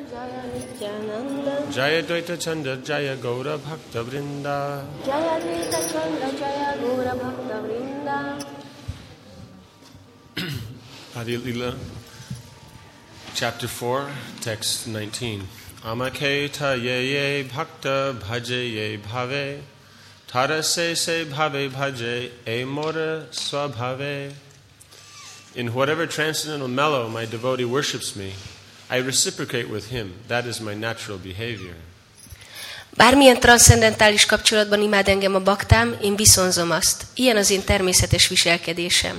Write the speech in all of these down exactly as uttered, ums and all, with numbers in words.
Jaya Nityananda, Jaya Dvaita Chanda, Jaya Gaura Bhakta Vrinda. Jaya Dvaita Chanda, Jaya Gaura Bhakta Vrinda. Adi Lila, chapter four, text nineteen. Amaketa ye ye bhakta bhaje ye bhave, tara se se bhave bhaje e mora swabhave. In whatever transcendental mellow my devotee worships me, I reciprocate with him. That is my natural behavior. Bármilyen transzcendentális kapcsolatban imád engem a baktám, én viszonzom azt. Ilyen az én természetes viselkedésem.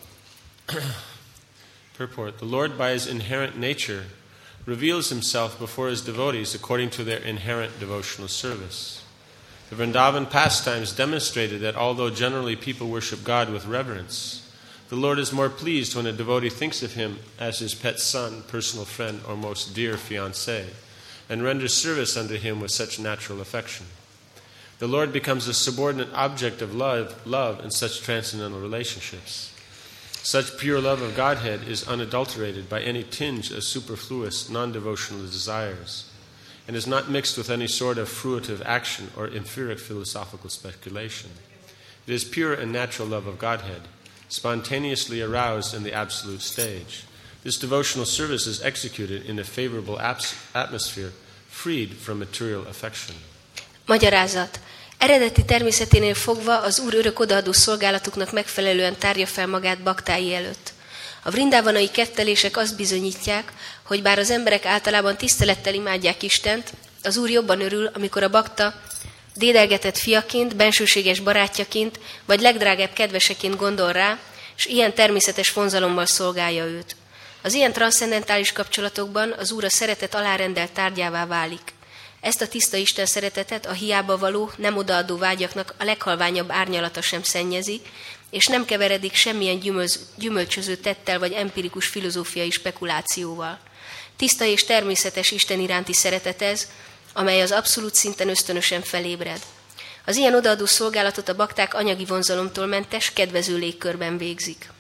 Purport. The Lord by his inherent nature reveals himself before his devotees according to their inherent devotional service. The Vrindavan pastimes demonstrated that although generally people worship God with reverence, the Lord is more pleased when a devotee thinks of him as his pet son, personal friend, or most dear fiancé, and renders service unto him with such natural affection. The Lord becomes a subordinate object of love, love in such transcendental relationships. Such pure love of Godhead is unadulterated by any tinge of superfluous, non-devotional desires, and is not mixed with any sort of fruitive action or empiric philosophical speculation. It is pure and natural love of Godhead, spontaneously aroused in the absolute stage. This devotional service is executed in a favorable abs- atmosphere, freed from material affection. Magyarázat. Eredeti természeténél fogva az Úr örök odaadó szolgálatuknak megfelelően tárja fel magát baktái előtt. A vrindávanai kettelések azt bizonyítják, hogy bár az emberek általában tisztelettel imádják Istent, az Úr jobban örül, amikor a bakta dédelgetett fiaként, bensőséges barátjaként, vagy legdrágább kedveseként gondol rá, és ilyen természetes vonzalommal szolgálja őt. Az ilyen transzcendentális kapcsolatokban az Úr a szeretet alárendelt tárgyává válik. Ezt a tiszta Isten szeretetet a hiába való, nem odaadó vágyaknak a leghalványabb árnyalata sem szennyezi, és nem keveredik semmilyen gyümölz, gyümölcsöző tettel vagy empirikus filozófiai spekulációval. Tiszta és természetes Isten iránti szeretet ez, amely az abszolút szinten ösztönösen felébred. Az ilyen odaadó szolgálatot a bakták anyagi vonzalomtól mentes, kedvező légkörben végzik.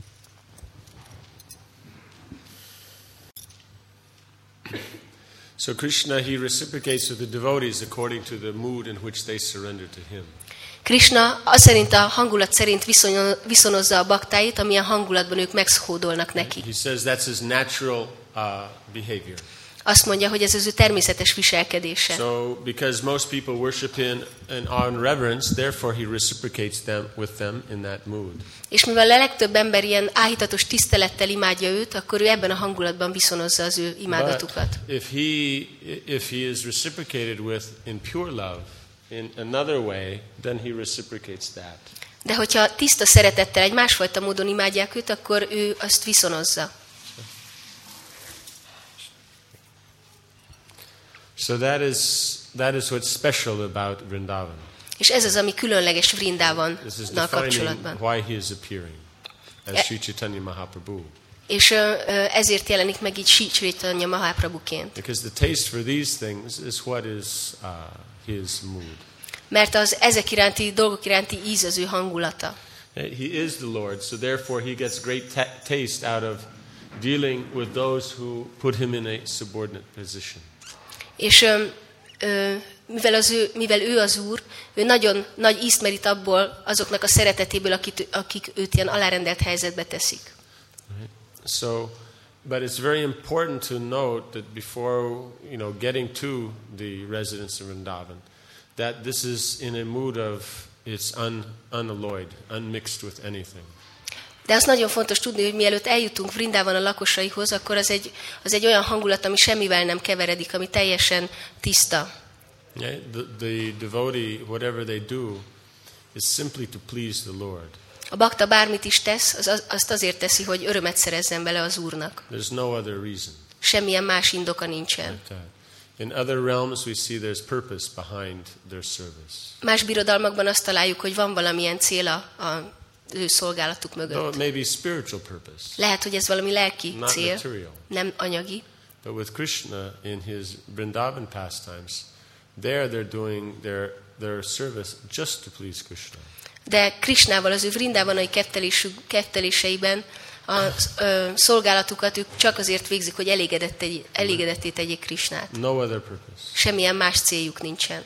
So Krishna, he reciprocates with the devotees according to the mood in which they surrender to him. Krishna az szerint a hangulat szerint viszonozza a baktáit, amilyen hangulatban ők megszódolnak neki. He says that's his natural uh, behavior. Azt mondja, hogy ez az ő természetes viselkedése. So because most people worship him in on reverence, therefore he reciprocates them with them in that mood. És mivel a legtöbb ember ilyen áhítatos tisztelettel imádja őt, akkor ő ebben a hangulatban viszonozza az ő imádatukat. But if he if he is reciprocated with in pure love in another way, then he reciprocates that. De hogyha tiszta szeretettel egy másfajta módon imádják őt, akkor ő azt viszonozza. So that is that is what's special about Vrindavan. És ez az, ami különleges Vrindavannal kapcsolatban. Why he is appearing as Sri Chaitanya Mahaprabhu. És ezért jelenik meg így Sri Chaitanya Mahaprabhuként. Because the taste for these things is what is uh, his mood. Mert az ezek iránti dolgok iránti íz az ő hangulata. He is the Lord, so therefore he gets great ta- taste out of dealing with those who put him in a subordinate position. És ö, ö, mivel, az ő, mivel ő az Úr, ő nagyon nagy ízt merít abból, azoknak a szeretetéből, akik, akik őt ilyen alárendelt helyzetbe teszik. Right. So, but it's very important to note that before, you know, getting to the residence of Vrindavan, that this is in a mood of it's un, unalloyed, unmixed with anything. De azt nagyon fontos tudni, hogy mielőtt eljutunk Vrindavan a lakosaihoz, akkor az egy, az egy olyan hangulat, ami semmivel nem keveredik, ami teljesen tiszta. Yeah, the, the devotee, whatever they do, is simply to please the Lord. A bakta bármit is tesz, az, azt azért teszi, hogy örömet szerezzen vele az Úrnak. There's no other reason. Semmilyen más indoka nincsen. Like that. In other realms we see there's purpose behind their service. Más birodalmakban azt találjuk, hogy van valamilyen cél a, a ő szolgálatuk mögött. No, it may be spiritual purpose. Lehet, hogy ez valami lelki Not cél, material. nem anyagi. But with Krishna in his Vrindavan pastimes, there they're doing their their service just to please Krishna. De Krishnával az ő Vrindavanai ketteléseiben a ö, szolgálatukat ők csak azért végzik, hogy elégedett egy, elégedetté tegyék Krisnát. No other purpose. Semmilyen más céljuk nincsen.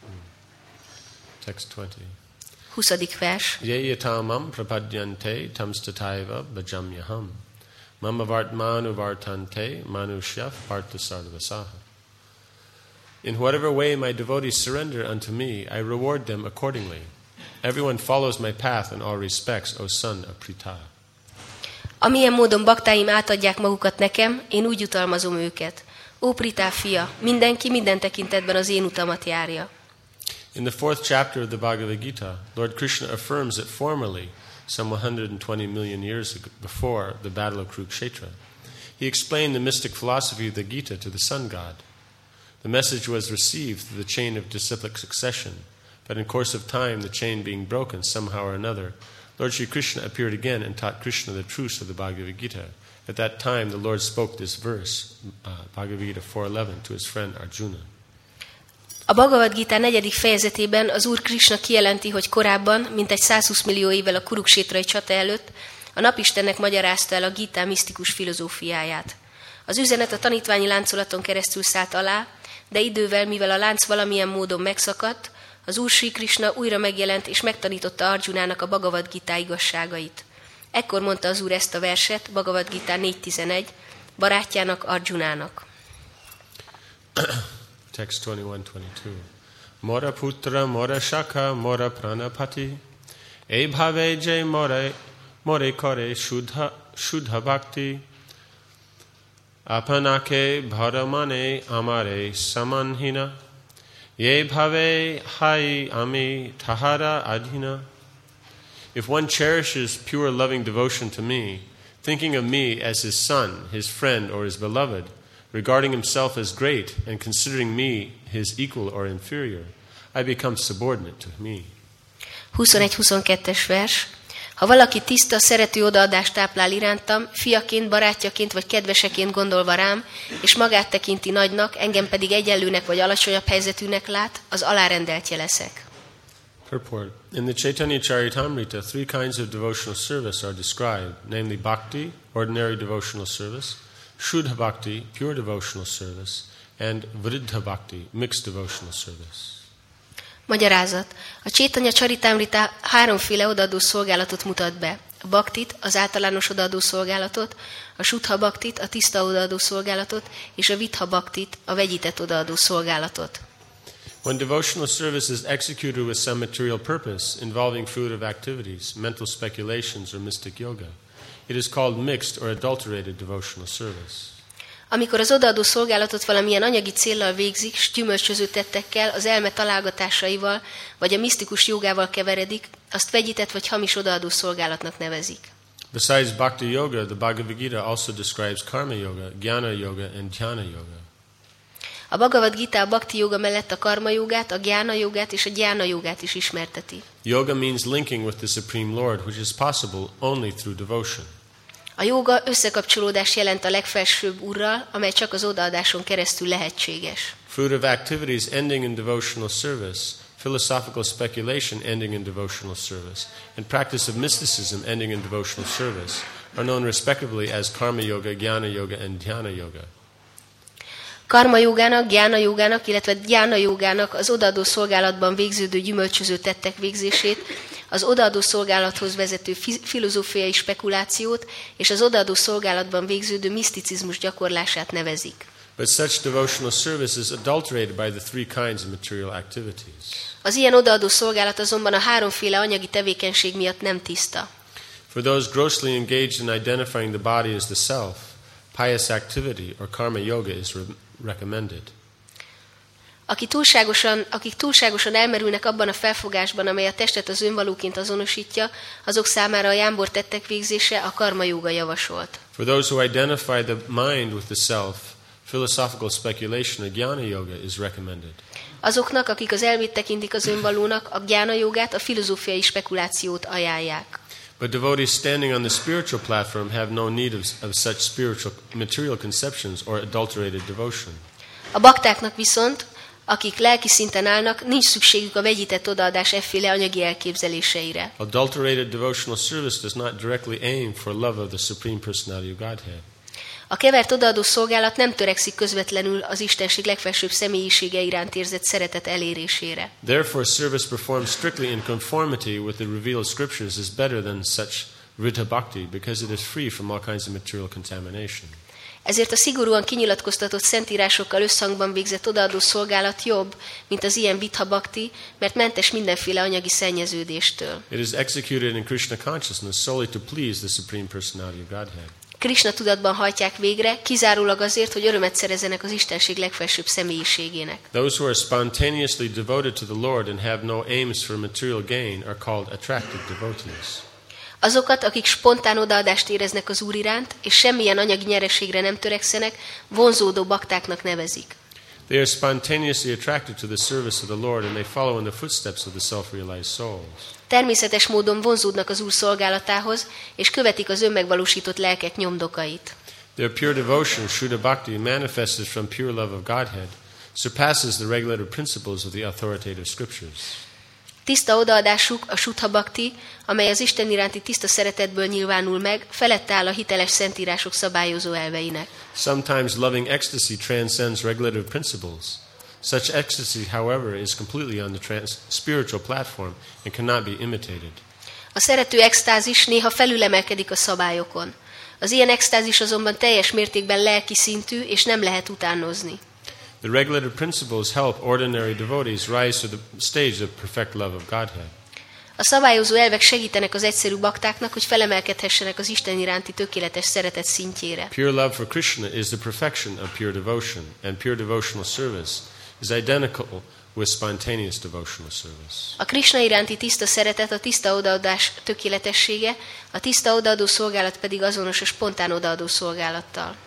Text twenty. huszadik vers. Ye yatamam prapadyante tamstataiva bhajamyaham. Mama vartmanu vartante manushya parthasarvasaha. In whatever way my devotees surrender unto me, I reward them accordingly. Everyone follows my path in all respects, O son of Pritha. Amilyen módon baktáim átadják magukat nekem, én úgy jutalmazom őket. Ó Pritha fia, mindenki minden tekintetben az én utamat járja. In the fourth chapter of the Bhagavad Gita, Lord Krishna affirms that formerly, some one hundred twenty million years before the battle of Kurukshetra, he explained the mystic philosophy of the Gita to the sun god. The message was received through the chain of disciplic succession, but in course of time, the chain being broken somehow or another, Lord Shri Krishna appeared again and taught Krishna the truths of the Bhagavad Gita. At that time, the Lord spoke this verse, uh, Bhagavad Gita four eleven, to his friend Arjuna. A Bhagavad Gita negyedik fejezetében az Úr Krishna kijelenti, hogy korábban, mintegy százhúsz millió évvel a Kuruksétrai csata előtt, a napistennek magyarázta el a Gita misztikus filozófiáját. Az üzenet a tanítványi láncolaton keresztül szállt alá, de idővel, mivel a lánc valamilyen módon megszakadt, az Úr Sri Krishna újra megjelent és megtanította Arjunának a Bhagavad Gita igazságait. Ekkor mondta az Úr ezt a verset, Bhagavad Gita négy tizenegy, barátjának Arjunának. Text twenty-one twenty-two. Mora putra mora shaka mora pranapati e bhave jay more more kare shuddha shuddha bhakti apanake bharamane amare samanhina ye bhave hai ami tahara adhina. If one cherishes pure loving devotion to me, thinking of me as his son, his friend, or his beloved, regarding himself as great and considering me his equal or inferior, I become subordinate to me. huszonegy huszonkettes vers. Ha valaki tiszta, szerető odaadást táplál irántam, fiaként, barátjaként vagy kedveseként gondolva rám, és magát tekinti nagynak, engem pedig egyenlőnek vagy alacsonyabb helyzetűnek lát, az alárendeltje leszek. Purport. In the Chaitanya Charitamrita, three kinds of devotional service are described, namely bhakti, ordinary devotional service, Shuddha Bhakti, pure devotional service, and Vriddha Bhakti, mixed devotional service. Magyarázat. A Chaitanya Charitamrita háromféle odaadó szolgálatot mutat be. A bhaktit, az általános odaadó szolgálatot, a Shuddha Bhaktit, a tiszta odaadó szolgálatot, és a Vidha Bhaktit, a vegyített odaadó szolgálatot. When devotional service is executed with some material purpose involving fruitive activities, mental speculations, or mystic yoga, it is called mixed or adulterated devotional service. Amikor az odaadó szolgálatot valamilyen anyagi céllal végzik, s gyümölcsöző tettekkel, az elme találgatásaival, vagy a misztikus jogával keveredik, azt vegyített vagy hamis odaadó szolgálatnak nevezik. Besides bhakti yoga, the Bhagavad Gita also describes karma yoga, jnana yoga, and dhyana yoga. A Bhagavad Gita a bhakti joga mellett a karma jogát, a gyána jogát és a gyána jogát is ismerteti. Yoga means linking with the Supreme Lord, which is possible only through devotion. A jóga összekapcsolódás jelent a legfelsőbb Úrral, amely csak az odaadáson keresztül lehetséges. Fruitive activities ending in devotional service, philosophical speculation ending in devotional service, and practice of mysticism ending in devotional service are known respectively as karma yoga, jnana yoga, and dhyana yoga. Karma jogának, gyána jogának, illetve gyána jogának az odaadó szolgálatban végződő gyümölcsöző tettek végzését, az odaadó szolgálathoz vezető filozófiai spekulációt és az odaadó szolgálatban végződő miszticizmus gyakorlását nevezik. But such devotional service is adulterated by the three kinds of material activities. Az ilyen odaadó szolgálat azonban a háromféle anyagi tevékenység miatt nem tiszta. For those grossly engaged in identifying the body as the self, pious activity or karma yoga is re- recommended. Akik túlságosan, akik túlságosan elmerülnek abban a felfogásban, amely a testet az önvalóként azonosítja, azok számára a jámbor tettek végzése a karma jóga javasolt. For those who identify the mind with the self, philosophical speculation or jnana yoga is recommended. Azoknak, akik az elmét tekintik az önvalónak, a gyána jogát, a filozófiai spekulációt ajánlják. But devotees standing on the spiritual platform have no need of, of such spiritual material conceptions or adulterated devotion. A baktáknak viszont, Akik lelki szinten állnak, nincs szükségük a vegyített odaadás efféle anyagi elképzeléseire. Adulterated devotional service does not directly aim for love of the Supreme Personality of Godhead. A kevert odaadó szolgálat nem törekszik közvetlenül az Istenség legfelsőbb személyisége iránt érzett szeretet elérésére. Therefore, service performed strictly in conformity with the revealed scriptures is better than such Ridha Bhakti because it is free from all kinds of material contamination. Ezért a szigorúan kinyilatkoztatott szentírásokkal összhangban végzett odaadó szolgálat jobb, mint az ilyen Vidha Bhakti, mert mentes mindenféle anyagi szennyeződéstől. It is executed in Krishna consciousness solely to please the Supreme Personality of Godhead. Krishna tudatban hajtják végre, kizárólag azért, hogy örömet szerezzenek az Istenség legfelsőbb személyiségének. Those who are spontaneously devoted to the Lord and have no aims for material gain are called attractive devotees. Azokat, akik spontán odaadást éreznek az Úr iránt, és semmilyen anyagi nyereségre nem törekszenek, vonzódó baktáknak nevezik. They are spontaneously attracted to the service of the Lord and they follow in the footsteps of the self-realized souls. Természetes módon vonzódnak az Úr szolgálatához, és követik az önmegvalósított lelkek nyomdokait. Their pure devotion, Shuddha Bhakti, manifested from pure love of Godhead, surpasses the regulative principles of the authoritative scriptures. Tiszta odaadásuk, a Shuddha Bhakti, amely az Isten iránti tiszta szeretetből nyilvánul meg, felette áll a hiteles szentírások szabályozó elveinek. Sometimes loving ecstasy transcends regulative principles. Such ecstasy, however, is completely on the trans- spiritual platform and cannot be imitated. A szerető extázis néha felülemelkedik a szabályokon. Az ilyen extázis azonban teljes mértékben lelki szintű, és nem lehet utánozni. The regulative principles help ordinary devotees rise to the stage of perfect love of Godhead. A szabályozó elvek segítenek az egyszerű baktáknak, hogy felemelkedhessenek az Isten iránti tökéletes szeretet szintjére. Pure love for Krishna is the perfection of pure devotion, and pure devotional service is identical with spontaneous devotional service. A Krishna iránti tiszta szeretet a tiszta odaadás tökéletessége, a tiszta odaadó szolgálat pedig azonos a spontán odaadó szolgálattal.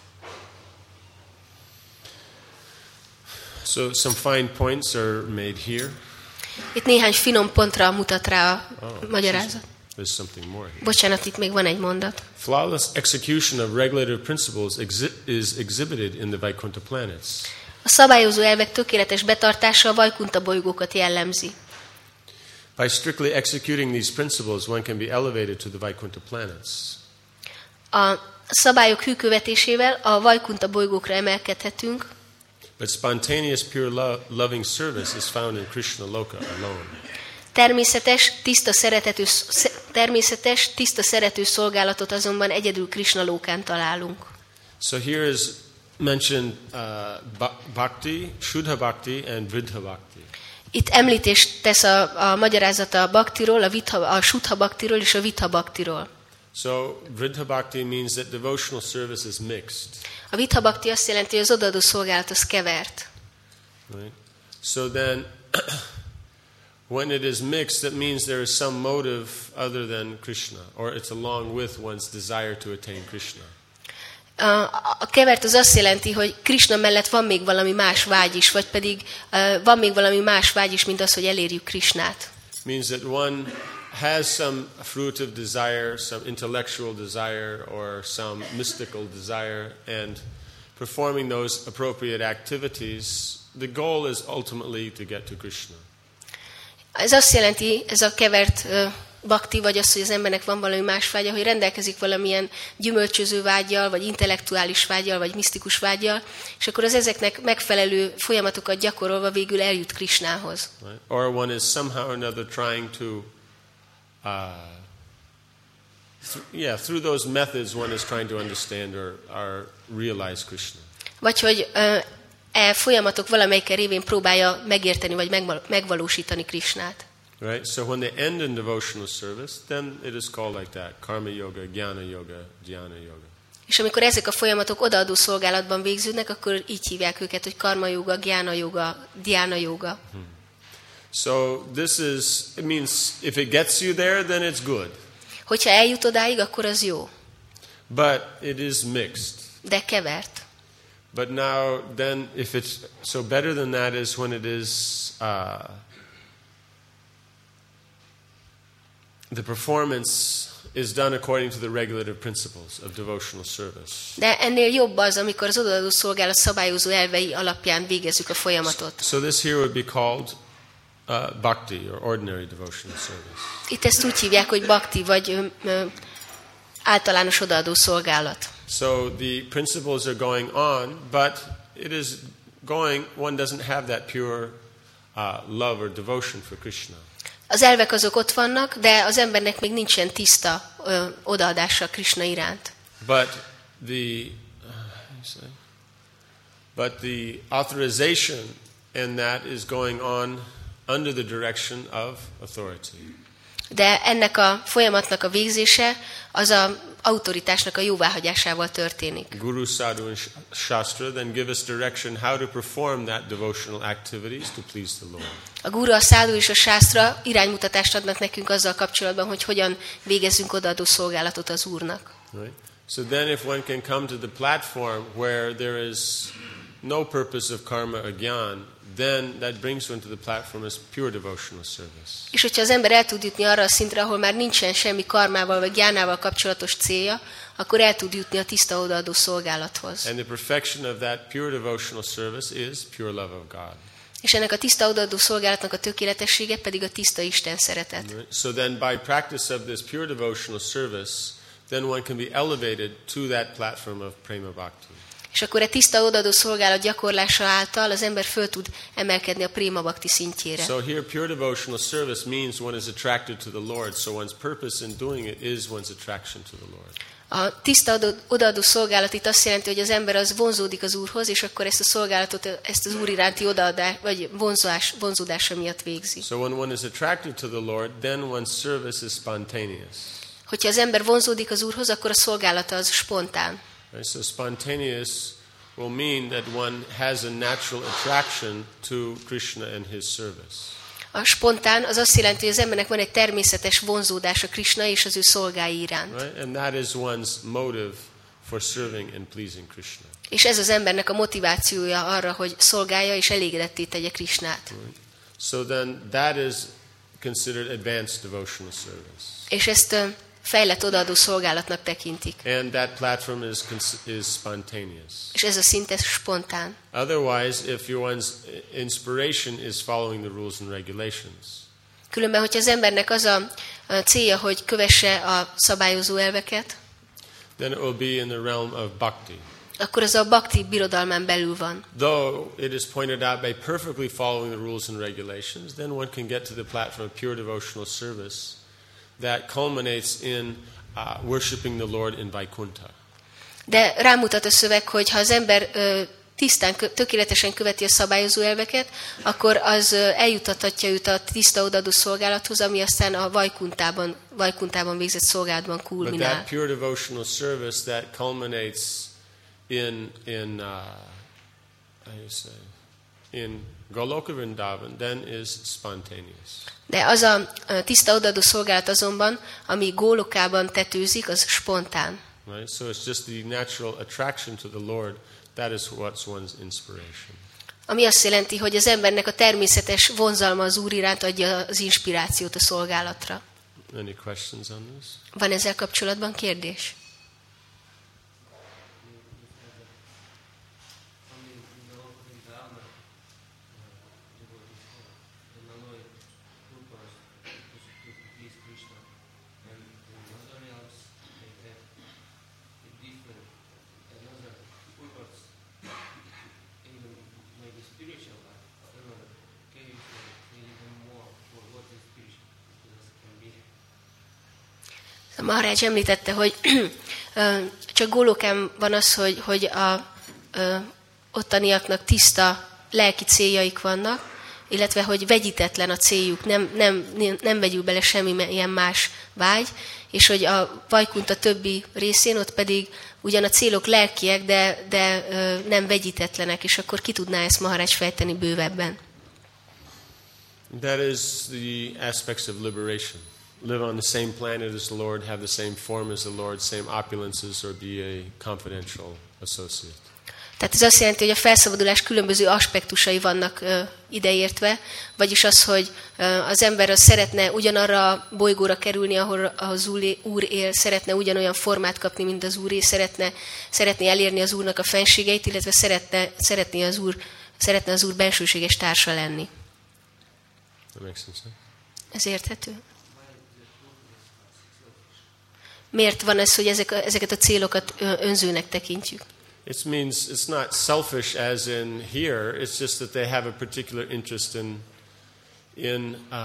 So some fine points are made here. Itt néhány finom pontra mutat rá a Oh, magyarázat. There's something more here. Bocsánat, itt még van egy mondat. Flawless execution of regulative principles exi- is exhibited in the Vaikuntha planets. A szabályozó elvek tökéletes betartása a Vajkunta bolygókat jellemzi. By strictly executing these principles, one can be elevated to the Vaikuntha planets. A szabályok hűkövetésével a Vajkunta bolygókra emelkedhetünk, But spontaneous, pure lo- loving service is found in Krishna Loka alone. Természetes, tiszta szeretetű, természetes, tiszta szerető szolgálatot azonban egyedül Krishna lókán találunk. So here is mentioned uh, ba- bhakti, Shuddha Bhakti, and Vridha Bhakti. Itt említést tesz a, a magyarázata a Bhaktiról, a, vitha, a Shuddha Bhaktiról és a Vidha Bhaktiról. So Vridha Bhakti means that devotional service is mixed. A Vidha Bhakti azt jelenti, hogy az odaadó szolgálat az kevert. Right? So then, when it is mixed, that means there is some motive other than Krishna, or it's along with one's desire to attain Krishna. A, a kevert az azt jelenti, hogy Krishna mellett van még valami más vágy is, vagy pedig uh, van még valami más vágy is, mint az, hogy elérjük Krishnát. Means that one has some fruitive desire, some intellectual desire, or some mystical desire, and performing those appropriate activities, the goal is ultimately to get to Krishna. Ez azt jelenti, ez a kevert uh, bhakti, vagy az, hogy az embernek van valami más vágya, hogy rendelkezik valamilyen gyümölcsöző vággyal, vagy intellektuális vággyal, vagy misztikus vággyal, és akkor az ezeknek megfelelő folyamatokat gyakorolva végül eljut Krishnához. Right? Or one is somehow or another trying to, uh, th- yeah, through those methods one is trying to understand or, or realize Krishna. Vagy hogy uh, e folyamatok valamelyik révén próbálja megérteni, vagy megval- megvalósítani Krishnát. Right? So when they end in devotional service, then it is called like that: karma yoga, jnana yoga, dhyana yoga. És amikor ezek a folyamatok odaadó szolgálatban végződnek, akkor így hívják őket, hogy karma yoga, gyána yoga, dhyana yoga. Hmm. So this is, it means if it gets you there, then it's good. Hogyha eljut odáig, akkor az jó, But it is mixed. de kevert. But now, then, if it's so, better than that is when it is uh, the performance is done according to the regulative principles of devotional service. De ennél jobb az, amikor az odaadó szolgálat szabályozó elvei alapján végezzük a folyamatot. So this here would be called uh, bhakti, or ordinary devotional service. Itt ezt úgy hívják, hogy bhakti, vagy ö, ö, általános odaadó szolgálat. So the principles are going on, but it is going, one doesn't have that pure uh, love or devotion for Krishna. Az elvek azok ott vannak, de az embernek még nincsen tiszta ö, odaadása Krishna iránt. But the uh, how you say? But the authorization in that is going on under the direction of authority. De ennek a folyamatnak a végzése az a autoritásnak a jóváhagyásával történik. Guru, sadhu, and shastra then give us direction how to perform that devotional activities to please the Lord. A guru, a szádu és a sásztra iránymutatást adnak nekünk azzal kapcsolatban, hogy hogyan végezzünk odaadó szolgálatot az Úrnak. Right? So then if one can come to the platform where there is no purpose of karma or gyan, then that brings one to the platform as pure devotional service. És hogyha az ember el tud jutni arra a szintre, ahol már nincsen semmi karmával vagy gyánával kapcsolatos célja, akkor el tud jutni a tiszta odaadó szolgálathoz. And the perfection of that pure devotional service is pure love of God. És ennek a tiszta odaadó szolgálatnak a tökéletessége pedig a tiszta Isten szeretet. Right? So then by practice of this pure devotional service, then one can be elevated to that platform of prema bhakti. És akkor a tiszta odaadó szolgálat gyakorlása által az ember föl tud emelkedni a préma bhakti szintjére. So here pure devotional service means one is attracted to the Lord, so one's purpose in doing it is one's attraction to the Lord. A tiszta odaadó szolgálat itt azt jelenti, hogy az ember az vonzódik az Úrhoz, és akkor ezt a szolgálatot, ezt az Úr iránti odaadás, vagy vonzás, vonzódása miatt végzi. So when one is attracted to the Lord, then one's service is spontaneous. Hogyha az ember vonzódik az Úrhoz, akkor a szolgálata az spontán. Right? So spontaneous will mean that one has a natural attraction to Krishna and his service. A spontán az azt jelenti, hogy az embernek van egy természetes vonzódása Krishna és az ő szolgái iránt. Right? And that is one's motive for serving and pleasing Krishna. És ez az embernek a motivációja arra, hogy szolgálja és elégedetté tegye Krishnát. Right? So then that is considered advanced devotional service. És ezt fejlett odaadó szolgálatnak tekintik. And that platform is is spontaneous. És ez a szint ez spontán. Otherwise, if your one's inspiration is following the rules and regulations, Különben, hogyha az embernek az a célja, hogy kövesse a szabályozó elveket, then it will be in the realm of bhakti. akkor az a bhakti birodalmán belül van. Though it is pointed out by perfectly following the rules and regulations, then one can get to the platform of pure devotional service that culminates in uh, worshiping the Lord in Vaikuntha. De rámutat a szöveg, hogy ha az ember ö, tisztán, tökéletesen követi a szabályozó elveket, akkor az ö, eljutathatja őt a tiszta odaadó szolgálathoz, ami aztán a Vajkuntában, Vajkuntában végzett szolgálatban But kulminál. that pure devotional service that culminates in in uh, how you say in Goloka Vrindavan then is spontaneous. De az a tiszta odaadó szolgálat azonban, ami Gólokában tetőzik, az spontán. Right? So it's just the natural attraction to the Lord, that is what's one's inspiration. Ami azt jelenti, hogy az embernek a természetes vonzalma az Úr iránt adja az inspirációt a szolgálatra. Any questions on this? Van ezzel kapcsolatban kérdés? Maharaj említette, hogy csak Gólokán van az, hogy, hogy a ö, ottaniaknak tiszta lelki céljaik vannak, illetve hogy vegyítetlen a céljuk, nem, nem, nem vegyül bele semmilyen más vágy, és hogy a Vajkunta többi részén ott pedig ugyan a célok lelkiek, de, de ö, nem vegyítetlenek, és akkor ki tudná ezt Maharaj fejteni bővebben? That is the aspects of liberation. Live on the same planet as the Lord, have the same form as the Lord, same opulences, or be a confidential associate. Tehát ez azt jelenti, hogy a felszabadulás különböző aspektusai vannak ö, ideértve, vagyis az, hogy ö, az ember az szeretne ugyanarra a bolygóra kerülni, ahol az Úr él, szeretne ugyanolyan formát kapni, mint az Úré, szeretne, szeretné elérni az Úrnak a fenségeit, illetve szeretne, szeretné az Úr, szeretne az Úr bensőséges társa lenni. Ez érthető? Miért van ez, hogy ezek a, ezeket a célokat önzőnek tekintjük? It means it's not selfish as in here. It's just that they have a particular interest in in uh,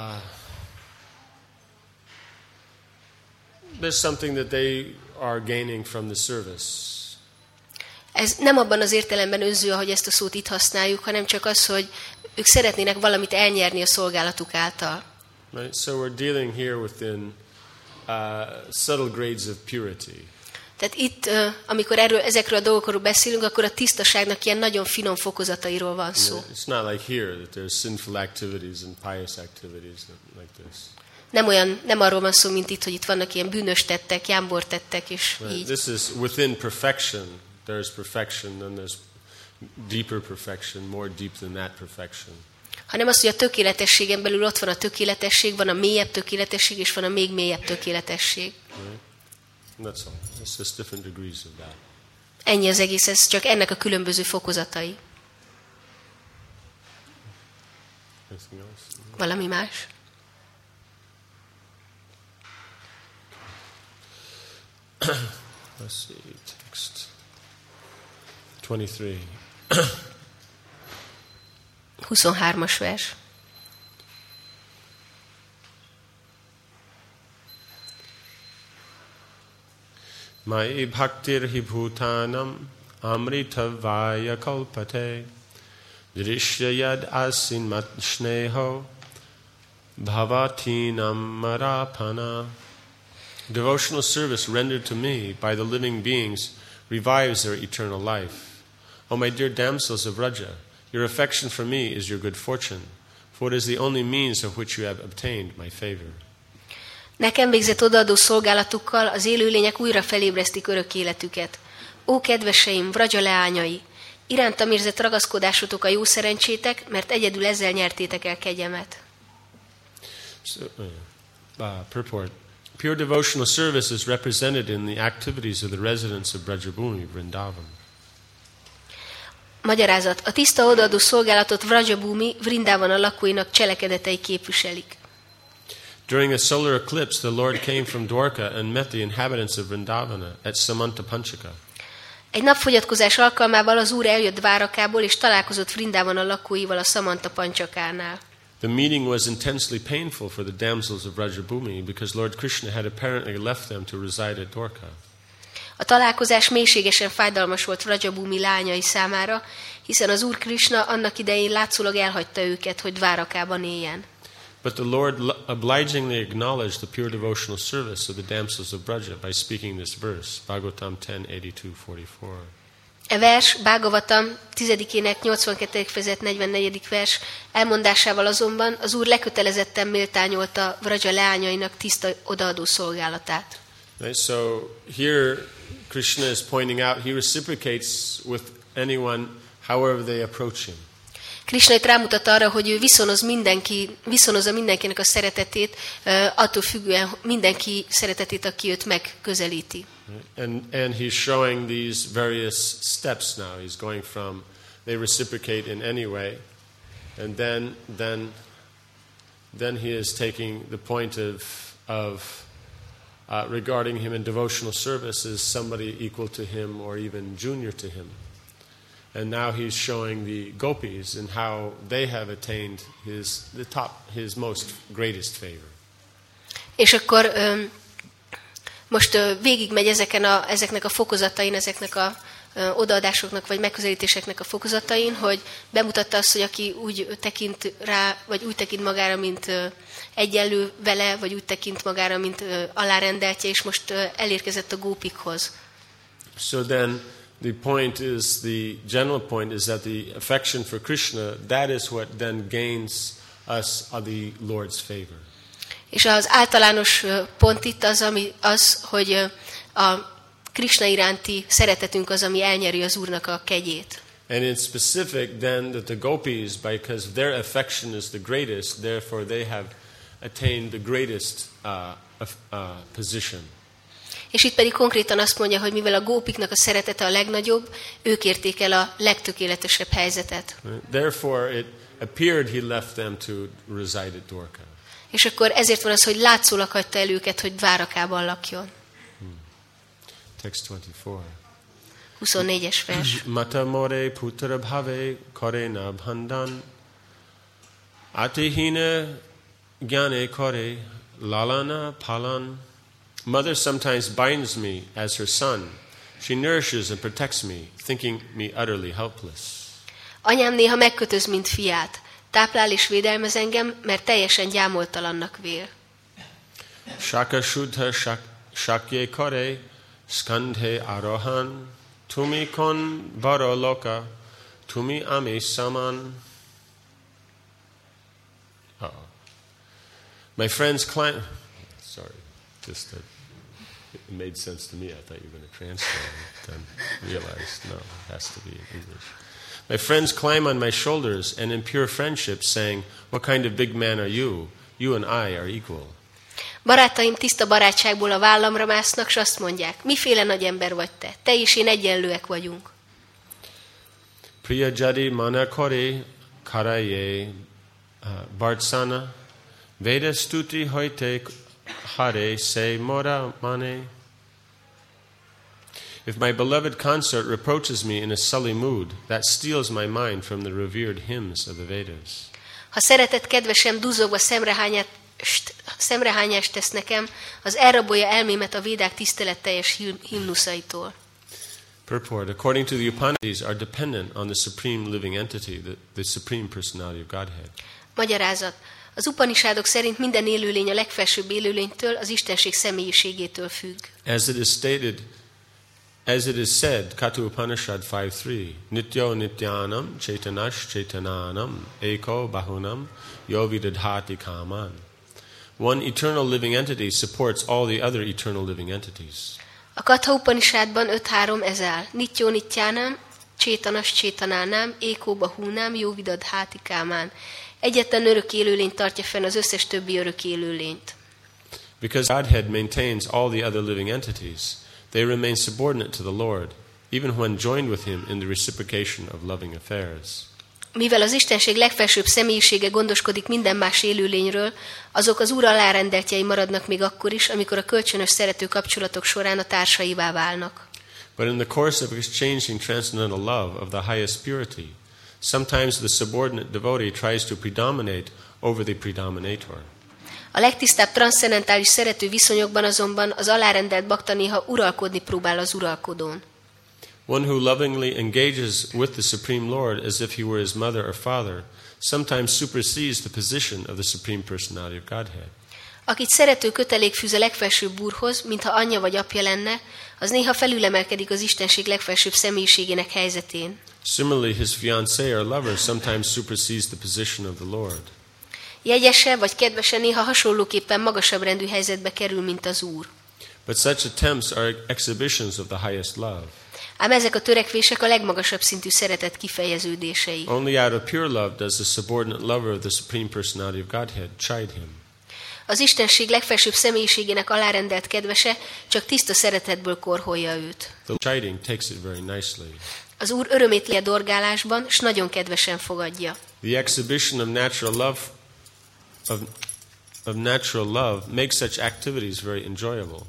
there's something that they are gaining from the service. Ez nem abban az értelemben önző, ahogy ezt a szót itt használjuk, hanem csak az, hogy ők szeretnének valamit elnyerni a szolgálatuk által. Right? So we're dealing here within uh, subtle grades of purity. Tehát itt, amikor erről, ezekről a dolgokról beszélünk, akkor a tisztaságnak ilyen nagyon finom fokozatairól van szó. It's not like here that there's sinful activities and pious activities like this. Nem olyan, nem arról van szó, mint itt, hogy itt vannak ilyen bűnös tettek, jámbor tettek, és Right. így. This is within perfection. There's perfection, and there's deeper perfection, more deep than that perfection. Hanem az, hogy a tökéletességen belül ott van a tökéletesség, van a mélyebb tökéletesség, és van a még mélyebb tökéletesség. Right? That's all. It's just different degrees of that. Ennyi az egész, ez csak ennek a különböző fokozatai. Anything else? Valami más? Let's see. Text twenty-three. huszonhármas vers. Mai bhaktir hi bhutanam amritavaya kalpate drishya yad asin matshneho bhavatinam marapana. Devotional service rendered to me by the living beings revives their eternal life. O my dear damsels of Vraja, your affection for me is your good fortune, for it is the only means of which you have obtained my favor. Nekem végzett odaadó szolgálatukkal az élőlények újra felébresztik örök életüket. Ó, kedveseim, Vraja leányai! Irántam érzett ragaszkodásotok a jó szerencsétek, mert egyedül ezzel nyertétek el kegyemet. So, uh, uh, purport. Pure devotional service is represented in the activities of the residents of Brajabhumi, Vrindavan. Magyarázat. A tiszta odaadó szolgálatot Vrajabhumi, Vrindavana lakóinak cselekedetei képviselik. During a solar eclipse, the Lord came from Dwarka and met the inhabitants of Vrindavana at Samanta Panchaka. Egy napfogyatkozás alkalmával az Úr eljött Dvárakából, és találkozott Vrindavana lakóival a Samanta Panchakánál. The meeting was intensely painful for the damsels of Vrajabhumi because Lord Krishna had apparently left them to reside at Dwarka. A találkozás mélységesen fájdalmas volt Vrajabhumi lányai számára, hiszen az Úr Krishna annak idején látszólag elhagyta őket, hogy Dvárakában éljen. But the Lord obligingly acknowledged the pure devotional service of the damsels of Braja by speaking this verse, Bhagavatam ten eighty-two forty-four. E vers, Bhagavatam tizedikének nyolcvankettedik fejezet negyvennegyedik vers elmondásával azonban az Úr lekötelezetten méltányolta Vraja leányainak tiszta odaadó szolgálatát. Right, so here Krishna is pointing out he reciprocates with anyone however they approach him. Krishna itt rámutat arra, hogy ő viszonoz mindenki, viszonozza mindenkinek a szeretetét, attól függően mindenki szeretetét, aki őt megközelíti. And and he's showing these various steps now. He's going from they reciprocate in any way, and then then then he is taking the point of of uh, regarding him in devotional service as somebody equal to him or even junior to him. And now he's showing the gopis and how they have attained his the top his most greatest favor. És akkor um, most uh, végigmegy ezeken a, ezeknek a fokozatain, ezeknek a uh, odaadásoknak vagy megközelítéseknek a fokozatain, hogy bemutatta azt, hogy aki úgy tekint rá, vagy úgy tekint magára, mint uh, egyenlő vele, vagy úgy tekint magára, mint uh, alárendeltje, és most uh, elérkezett a gópikhoz. So then the point is, the general point is that the affection for Krishna, that is what then gains us of the Lord's favor. És az általános pont itt az, ami, az, hogy a Krishna iránti szeretetünk az, ami elnyeri az Úrnak a kegyét. And in specific, then, that the gopis, because their affection is the greatest, therefore they have attained the greatest uh, uh, position. És itt pedig konkrétan azt mondja, hogy mivel a gópiknak a szeretete a legnagyobb, ők érték el a legtökéletesebb helyzetet. Therefore it appeared he left them to reside at Dwarka. És akkor ezért van az, hogy látszólag hagyta el őket, hogy Dvárakában lakjon. Hmm. Text twenty-four. huszonnégyes vers. Mata more putra bhave karena bhandan atihine gyane kare lalana palan. Mother sometimes binds me as her son. She nourishes and protects me, thinking me utterly helpless. Anyám néha megkötöz, mint fiát. Táplál és védelmez engem, mert teljesen gyámoltalannak vél. Shaka shuddha shakye kare skandhe arohan tumi kon baro loka tumi ami saman. Uh-oh. My friends climb... Sorry, just that it made sense to me. I thought you were going to translate it, then realized, no, it has to be in English. My friends climb on my shoulders and in pure friendship saying, what kind of big man are you? You and I are equal. Barátaim tiszta barátságból a vállamra másznak, s azt mondják, miféle nagy ember vagy te? Te és én egyenlőek vagyunk. Priya jadi manakore karaye bartsana veda stuti hoite hare se mora mane. If my beloved consort reproaches me in a sully mood, that steals my mind from the revered hymns of the Vedas. Ha szeretett kedvesem duzzogva szemrehányást, szemrehányást tesz nekem, az elrabolja elmémet a védák tiszteletteljes himnuszaitól. Purport. According to the Upanishads, are dependent on the supreme living entity, the, the supreme personality of Godhead. Magyarázat. Az Upanishadok szerint minden élőlény a legfelsőbb élőlénytől, az Istenség személyiségétől függ. As it is stated, as it is said, Katu Upanishad five three, Nityo Nityanam Chaitanash Chaitananam Eko Bahunam Yovidadhati Kaman. One eternal living entity supports all the other eternal living entities. A Katha Upanishadban öt három ez áll. Nityo Nityánám, Csétanas Csétanánám, Ékó Bahúnám, Yovidadhati Kámán. Egyetlen örök élőlény tartja fenn az összes többi örök élőlényt. Because Godhead maintains all the other living entities, they remain subordinate to the Lord, even when joined with him in the reciprocation of loving affairs. Mivel az Istenség legfelsőbb személyisége gondoskodik minden más élőlényről, azok az Úr alárendeltjei maradnak még akkor is, amikor a kölcsönös szerető kapcsolatok során a társaivá válnak. But in the course of exchanging transcendental love of the highest purity, sometimes the subordinate devotee tries to predominate over the predominator. A legtisztább transzcendentális szerető viszonyokban azonban az alárendelt bakta néha uralkodni próbál az uralkodón. One who lovingly engages with the Supreme Lord as if he were his mother or father sometimes supersedes the position of the Supreme Personality of Godhead. Akit szerető kötelék fűz a legfelsőbb Úrhoz, mintha anyja vagy apja lenne, az néha felülemelkedik az Istenség legfelsőbb személyiségének helyzetén. Similarly, his fiancée or lover sometimes supersedes the position of the Lord. Jegyese vagy kedvese néha hasonlóképpen magasabb rendű helyzetbe kerül, mint az Úr. But such attempts are exhibitions of the highest love. Ám ezek a törekvések a legmagasabb szintű szeretet kifejeződései. Only out of pure love does the subordinate lover of the Supreme Personality of Godhead chide him. Az Istenség legfelsőbb személyiségének alárendelt kedvese csak tiszta szeretetből korholja őt. The chiding takes it very nicely. Az Úr örömét lé a dorgálásban, s nagyon kedvesen fogadja. The exhibition of natural love of, of natural love makes such activities very enjoyable.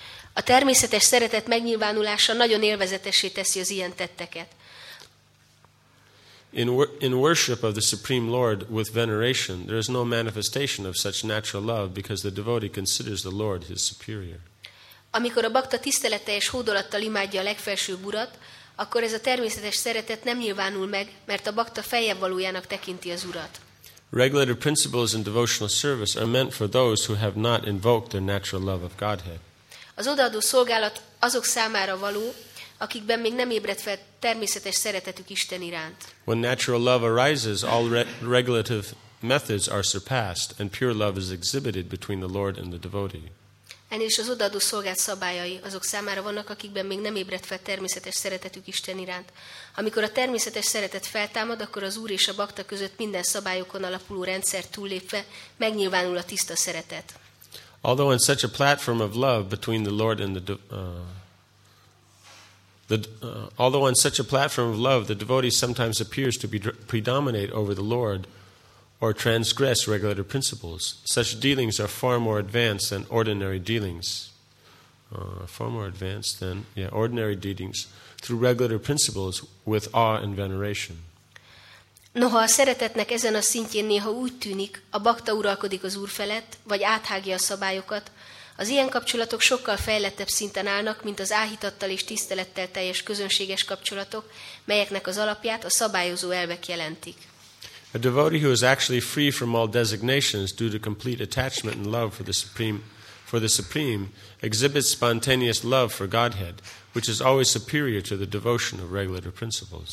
A természetes szeretet megnyilvánulása nagyon élvezetessé teszi az ilyen tetteket. In, wor- in worship of the Supreme Lord with veneration, there is no manifestation of such natural love because the devotee considers the Lord his superior. Amikor a bakta tisztelettel és hódolattal imádja a legfelsőbb Urat, akkor ez a természetes szeretet nem nyilvánul meg, mert a bakta feljebb valójának tekinti az Urat. Regulative principles in devotional service are meant for those who have not invoked their natural love of Godhead. Az odaadó szolgálat azok számára való, akikben még nem ébredt fel természetes szeretetük Isten iránt. When natural love arises, all re- regulative methods are surpassed, and pure love is exhibited between the Lord and the devotee. Ennél is az odaadó szolgált szabályai azok számára vannak, akikben még nem ébredt fel természetes szeretetük Isten iránt. Amikor a természetes szeretet feltámad, akkor az Úr és a bakta között minden szabályokon alapuló rendszer túllépve megnyilvánul a tiszta szeretet. Although on such a platform of love between the Lord and the uh, the uh, although on such a platform of love the devotee sometimes appears to be predominate over the Lord or transgress regulative principles, such dealings are far more advanced than ordinary dealings. Uh, far more advanced than yeah ordinary dealings through regulative principles with awe and veneration. Noha a szeretetnek ezen a szintjén néha úgy tűnik, a bakta uralkodik az Úr felett, vagy áthágja a szabályokat, az ilyen kapcsolatok sokkal fejlettebb szinten állnak, mint az áhítattal és tisztelettel teljes közönséges kapcsolatok, melyeknek az alapját a szabályozó elvek jelentik. A devotee who is actually free from all designations due to complete attachment and love for the Supreme, for the Supreme exhibits spontaneous love for Godhead, which is always superior to the devotion of regulative principles.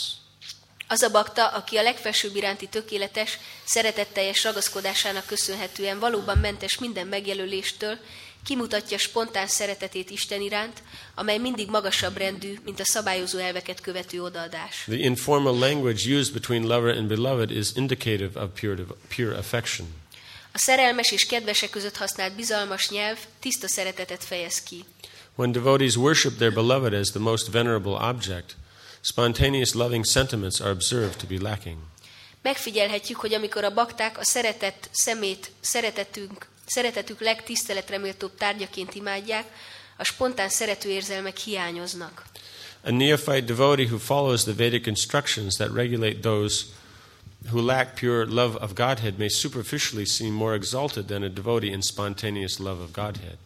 Az a bakta, aki a legfelsőbb iránti tökéletes, szeretetteljes ragaszkodásának köszönhetően valóban mentes minden megjelöléstől, kimutatja spontán szeretetét Isten iránt, amely mindig magasabb rendű, mint a szabályozó elveket követő odaadás. The informal language used between lover and beloved is indicative of pure, pure affection. A szerelmes és kedvese között használt bizalmas nyelv tiszta szeretetet fejez ki. When devotees worship their beloved as the most venerable object, spontaneous loving sentiments are observed to be lacking. Megfigyelhetjük, hogy amikor a bakták a szeretett szemét, szeretetünk, szeretetük legtiszteletreméltóbb tárgyaként imádják, a spontán szeretőérzelmek hiányoznak. A neophyte devotee who follows the Vedic instructions that regulate those who lack pure love of Godhead may superficially seem more exalted than a devotee in spontaneous love of Godhead.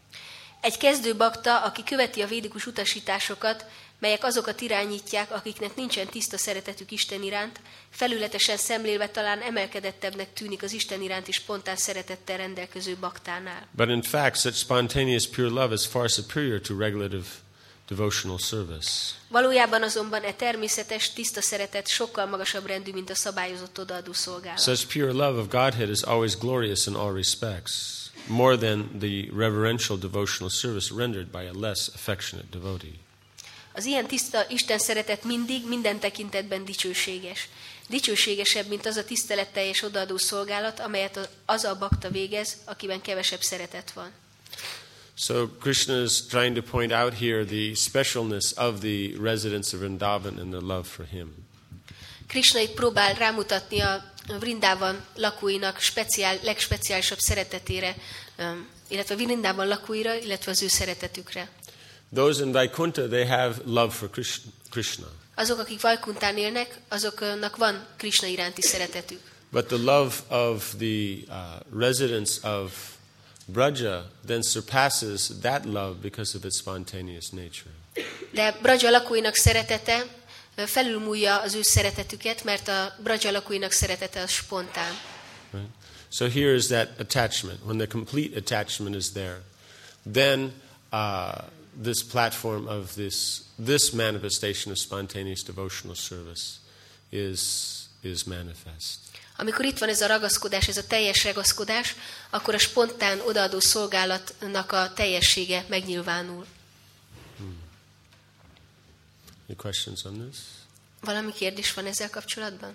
Egy kezdő bakta, aki követi a védikus utasításokat, melyek azokat irányítják, akiknek nincsen tiszta szeretetük Isten iránt, felületesen szemlélve talán emelkedettebbnek tűnik az Isten iránti spontán szeretettel rendelkező baktánál. But in fact, such spontaneous pure love is far superior to regulative devotional service. Valójában azonban e természetes, tiszta szeretet sokkal magasabb rendű, mint a szabályozott odaadó szolgálat. Such pure love of Godhead is always glorious in all respects, more than the reverential devotional service rendered by a less affectionate devotee. Az ilyen tiszta Isten szeretet mindig, minden tekintetben dicsőséges. Dicsőségesebb, mint az a tiszteletteljes odaadó szolgálat, amelyet az a bakta végez, akiben kevesebb szeretet van. So Krishna is trying to point out here the specialness of the residents of Vrindavan and their love for him. Krishna itt próbál rámutatni a Vrindavan lakóinak speciál, legspeciálisabb szeretetére, illetve Vrindavan lakóira, illetve az ő szeretetükre. Those in Vaikuntha, they have love for Krishna. Azok, akik Vaikuntán élnek, azoknak van Krishna iránti szeretetük. But the love of the uh, residents of Braja then surpasses that love because of its spontaneous nature. De Braja lakóinak szeretete felülmúlja az ő szeretetüket, mert a Braja lakóinak szeretete az spontán. Right? So here is that attachment. When the complete attachment is there, then uh, this platform of this this manifestation of spontaneous devotional service is is manifest. Amikor itt van ez a ragaszkodás, ez a teljes ragaszkodás, akkor a spontán odaadó szolgálatnak a teljessége megnyilvánul. Hmm. Any questions on this? Valami kérdés van ezzel kapcsolatban?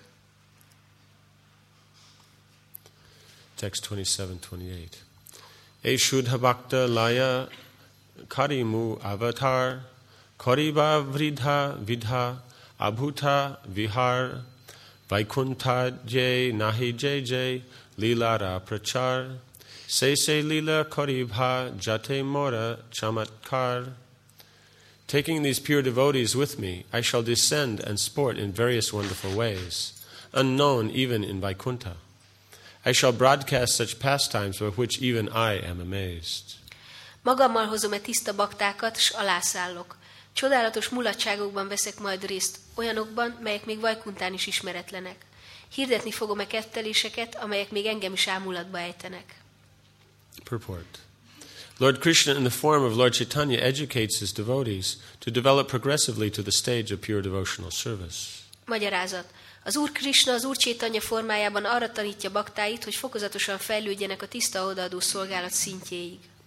Text twenty-seven twenty-eight. E Shuddha Bhakta Laya Karimu Avatar Kariba Vridha Vidha Abhuta Vihar Vaikuntha Jay Nahi Jay Jay Lila Ra Prachar Se Se Lila Karibha Jate Mora Chamatkar. Taking these pure devotees with me, I shall descend and sport in various wonderful ways, unknown even in Vaikuntha. I shall broadcast such pastimes by which even I am amazed. Magammal hozom-e tiszta baktákat, s alászállok. Csodálatos mulatságokban veszek majd részt, olyanokban, melyek még Vajkuntán is ismeretlenek. Hirdetni fogom-e ketteléseket, amelyek még engem is ámulatba ejtenek. Purport. Lord Krishna, in the form of Lord Chaitanya, educates his devotees to develop progressively to the stage of pure devotional service. Magyarázat. Az Úr Krishna az Úr Chaitanya formájában arra tanítja baktáit, hogy fokozatosan fejlődjenek a tiszta odaadó szolgálat szintjéig.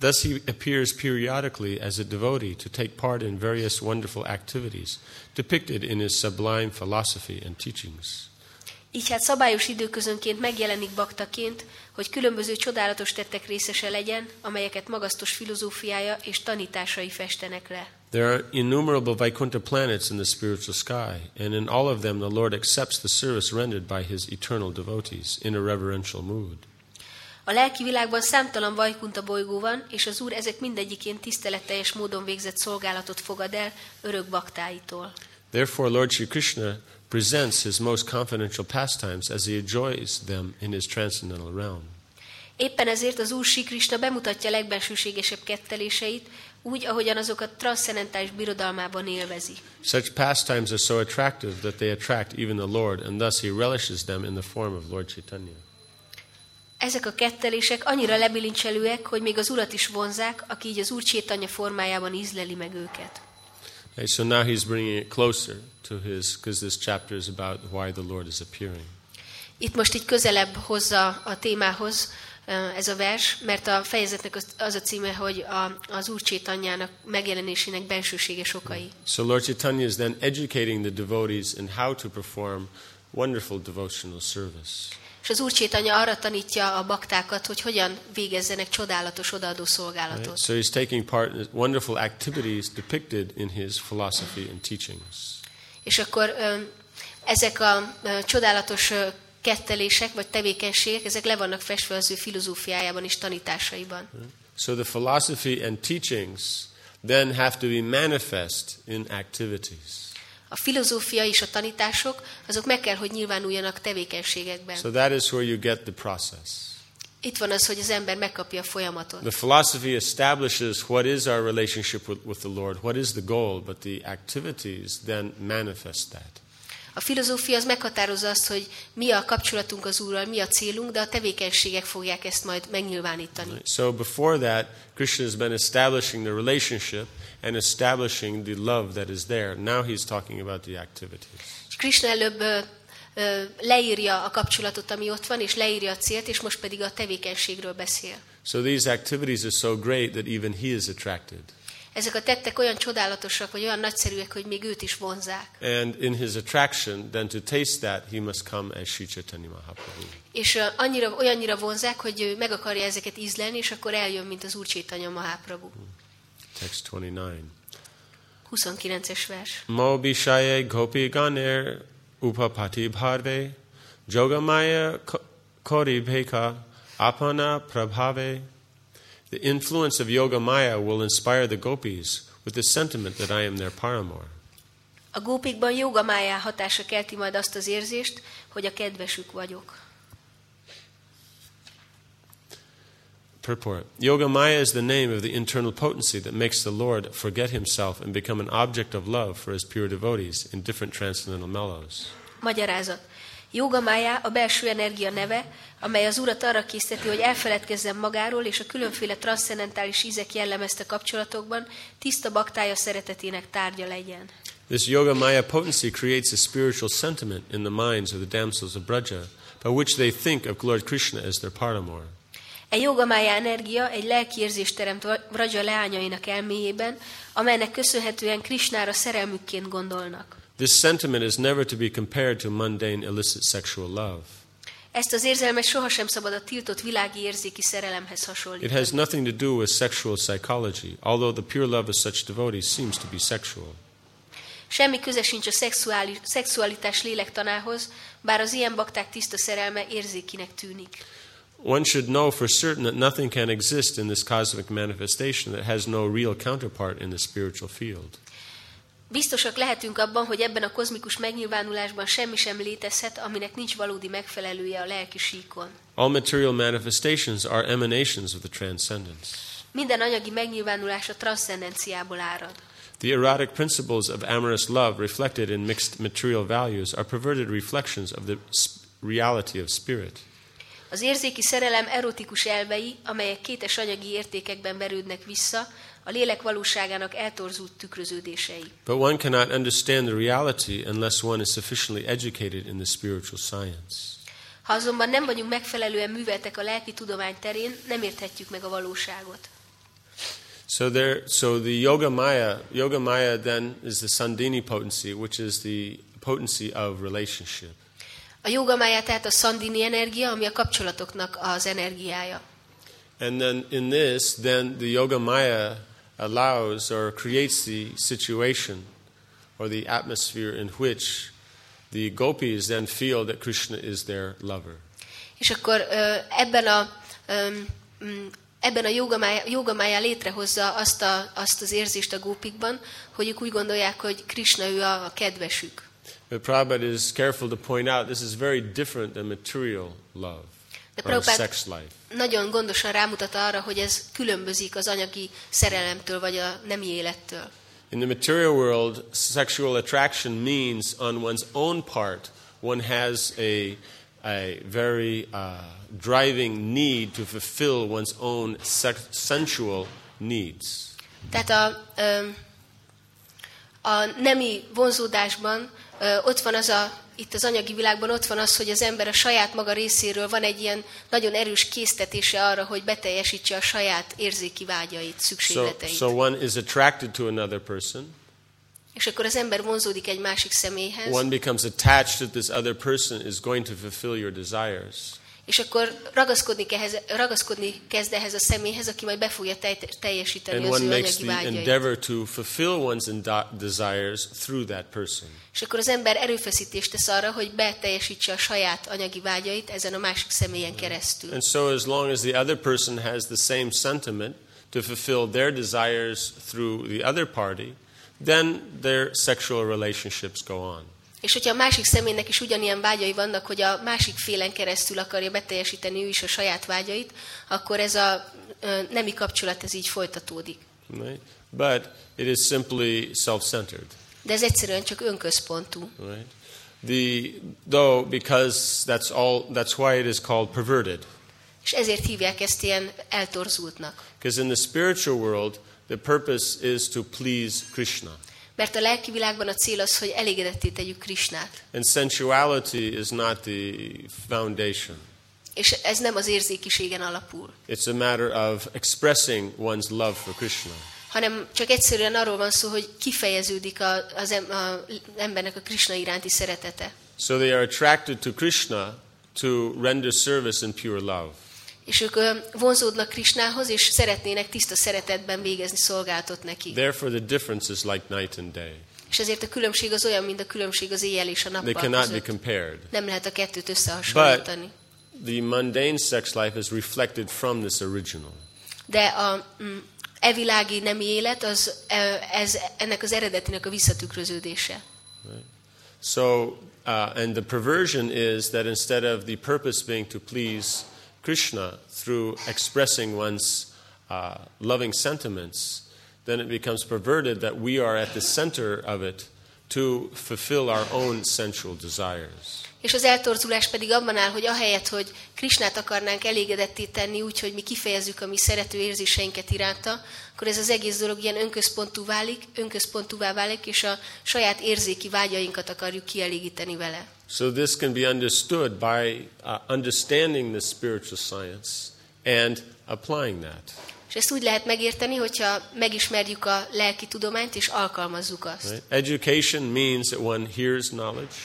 Thus he appears periodically as a devotee to take part in various wonderful activities depicted in his sublime philosophy and teachings. Így hát szabályos időközönként megjelenik baktaként, hogy különböző csodálatos tettek részese legyen, amelyeket magasztos filozófiája és tanításai festenek le. There are innumerable Vaikuntha planets in the spiritual sky, and in all of them the Lord accepts the service rendered by his eternal devotees in a reverential mood. A lelki világban számtalan Vajkunta bolygó van, és az Úr ezek mindegyikén tiszteletteljes módon végzett szolgálatot fogad el örök baktáitól. Therefore Lord Sri Krishna presents his most confidential pastimes as he enjoys them in his transcendental realm. Éppen ezért az Úr Sri Krishna bemutatja legbensőségesebb ketteléseit, úgy, ahogyan azokat transzcendentális birodalmában élvezi. Such pastimes are so attractive that they attract even the Lord, and thus he relishes them in the form of Lord Chaitanya. Ezek a kettelések annyira lebilincselőek, hogy még az Urat is vonzák, aki így az Úr Chaitanya formájában ízleli meg őket. Okay, so now he's bringing it closer to his, because this chapter is about why the Lord is appearing. Itt most így közelebb hozza a témához ez a vers, mert a fejezetnek az a címe, hogy a, az Úr Chaitanyának megjelenésének bensőséges okai. So Lord Chaitanya is then educating the devotees in how to perform wonderful devotional service. És az Úr Chaitanya arra tanítja a baktákat, hogy hogyan végezzenek csodálatos odaadó szolgálatot. Right? So he's taking part in wonderful activities depicted in his philosophy and teachings. És akkor ezek a csodálatos kettelések vagy tevékenységek, ezek le vannak festve az ő filozófiájában és tanításaiban. So the philosophy and teachings then have to be manifest in activities. A filozófia és a tanítások, azok meg kell, hogy nyilvánuljanak tevékenységekben. So that is where you get the process. Itt van az, hogy az ember megkapja a folyamatot. The philosophy establishes what is our relationship with, with the Lord, what is the goal, but the activities then manifest that. A filozófia az meghatározza azt, hogy mi a kapcsolatunk az Úrral, mi a célunk, de a tevékenységek fogják ezt majd megnyilvánítani. So before that, Krishna has been establishing the relationship and establishing the love that is there. Now he's talking about the activities. Krishna előbb ö, ö, leírja a kapcsolatot, ami ott van, és leírja a célt, és most pedig a tevékenységről beszél. So these activities are so great that even he is attracted. Ezek a tettek olyan csodálatosak, vagy olyan nagyszerűek, hogy még őt is vonzák. And in his attraction, then to taste that, he must come as Sri Chaitanya Mahaprabhu. És annyira, olyannyira vonzák, hogy ő meg akarja ezeket ízlelni, és akkor eljön, mint az Úr Chaitanya Mahaprabhu. Text twenty-nine. huszonkilences vers. Mo bishaye gopi ganer upapati bharve jogamaya kori bheka apana prabhave. The influence of Yoga Maya will inspire the gopis with the sentiment that I am their paramour. A gópikban Yoga Maya hatása kelti majd azt az érzést, hogy a kedvesük vagyok. Purport. Yoga Maya is the name of the internal potency that makes the Lord forget himself and become an object of love for his pure devotees in different transcendental mellows. Magyarázat. Yoga Maya a belső energia neve, amely az Urat arra készteti, hogy elfeledkezzen magáról, és a különféle transzcendentális ízek jellemezte kapcsolatokban tiszta baktája szeretetének tárgya legyen. This Yoga Maya potency creates a spiritual sentiment in the minds of the damsels of Braja, by which they think of Lord Krishna as their paramour. E Yoga Maya energia egy lelki érzést teremt Vraja leányainak elméjében, amelynek köszönhetően Krishnára szerelmükként gondolnak. This sentiment is never to be compared to mundane illicit sexual love. Ezt az érzelmet sohasem szabad a tiltott világi érzéki szerelemhez hasonlítani. It has nothing to do with sexual psychology, although the pure love of such devotees seems to be sexual. Semmi köze sincs a szexuális, szexualitás lélektanához, bár az ilyen bakták tiszta szerelme érzékinek tűnik. One should know for certain that nothing can exist in this cosmic manifestation that has no real counterpart in the spiritual field. Biztosak lehetünk abban, hogy ebben a kozmikus megnyilvánulásban semmi sem létezhet, aminek nincs valódi megfelelője a lelki síkon. All material manifestations are emanations of the transcendence. Minden anyagi megnyilvánulás a transzcendenciából árad. The erotic principles of amorous love reflected in mixed material values are perverted reflections of the reality of spirit. Az érzéki szerelem erotikus elvei, amelyek kétes anyagi értékekben verődnek vissza, a lélek valóságának eltorzult tükröződései. But one cannot understand the reality unless one is sufficiently educated in the spiritual science. Ha azonban nem vagyunk megfelelően műveltek a lelki tudomány terén, nem érthetjük meg a valóságot. So there, so the Yoga Maya, Yoga Maya then is the Sandhini potency, which is the potency of relationship. A Yoga Maya tehát a Sandhini energia, ami a kapcsolatoknak az energiája. And then in this, then the Yoga Maya allows or creates the situation or the atmosphere in which the gopis then feel that Krishna is their lover. És akkor ebben a ebben a Yoga Maya létrehozza azt, a, azt az érzést a gópikban, hogy ők úgy gondolják, hogy Krishna ő a, a kedvesük. But Prabhupada is careful to point out this is very different than material love or sex life. Nagyon gondosan rámutat arra, hogy ez különbözik az anyagi szerelemtől vagy a nemi élettől. In the material world, sexual attraction means on one's own part one has a a very uh, driving need to fulfill one's own sex- sensual needs. Tehát a, a nemi vonzódásban ott van az a, itt az anyagi világban ott van az, hogy az ember a saját maga részéről van egy ilyen nagyon erős késztetése arra, hogy beteljesítse a saját érzéki vágyait, szükségleteit. So, so one is attracted to another person. És akkor az ember vonzódik egy másik személyhez. One becomes attached that this other person is going to fulfill your desires. És akkor ragaszkodni, kehez, ragaszkodni kezd ehhez a személyhez, aki majd be fogja teljesíteni and az ő one makes anyagi the vágyait. endeavor to fulfill one's desires through that person. És akkor az ember erőfeszítést tesz arra, hogy beteljesítse a saját anyagi vágyait ezen a másik személyen keresztül. And so as long as the other person has the same sentiment to fulfill their desires through the other party, then their sexual relationships go on. És hogyha a másik személynek is ugyanilyen vágyai vannak, hogy a másik félen keresztül akarja beteljesíteni ő is a saját vágyait, akkor ez a uh, nemi kapcsolat ez így folytatódik. Right? But it is simply self-centered. De ez egyszerűen csak önközpontú. Right? The though because that's all that's why it is called perverted. És ezért hívják ezt ilyen eltorzultnak. Because in the spiritual world the purpose is to please Krishna. Mert a lelki világban a cél az, hogy elégedetté tegyük Krishnát. And sensuality is not the foundation. És ez nem az érzékiségen alapul. It's a matter of expressing one's love for Krishna. Hanem csak egyszerűen arról van szó, hogy kifejeződik a, az em, a embernek a Krishna iránti szeretete. So they are attracted to Krishna to render service in pure love. És ők vonzódnak Krishnához, és szeretnének tiszta szeretetben végezni szolgálatot neki. Therefore the difference is like night and day. És ezért a különbség az olyan, mint a különbség az éjjel és a nappal They cannot be között. compared. Nem lehet a kettőt összehasonlítani. But the mundane sex life is reflected from this original. De a mm, evilági nemi élet az ez, ennek az eredetinek a visszatükröződése. Right? So, uh, and the perversion is that instead of the purpose being to please Krishna through expressing one's uh, loving sentiments, then it becomes perverted that we are at the center of it to fulfill our own sensual desires. És az eltorzulás pedig abban áll, hogy ahelyett, hogy Krishnát akarnánk elégedetté tenni úgy, hogy mi kifejezzük a mi szerető érzéseinket iránta, akkor ez az egész dolog ilyen önközpontú válik, önközpontúvá válik, és a saját érzéki vágyainkat akarjuk kielégíteni vele. So this can be understood by uh, understanding the spiritual science and applying that. És ezt úgy lehet megérteni, hogyha megismerjük a lelki tudományt, és alkalmazzuk azt. Right? Education means that one hears knowledge.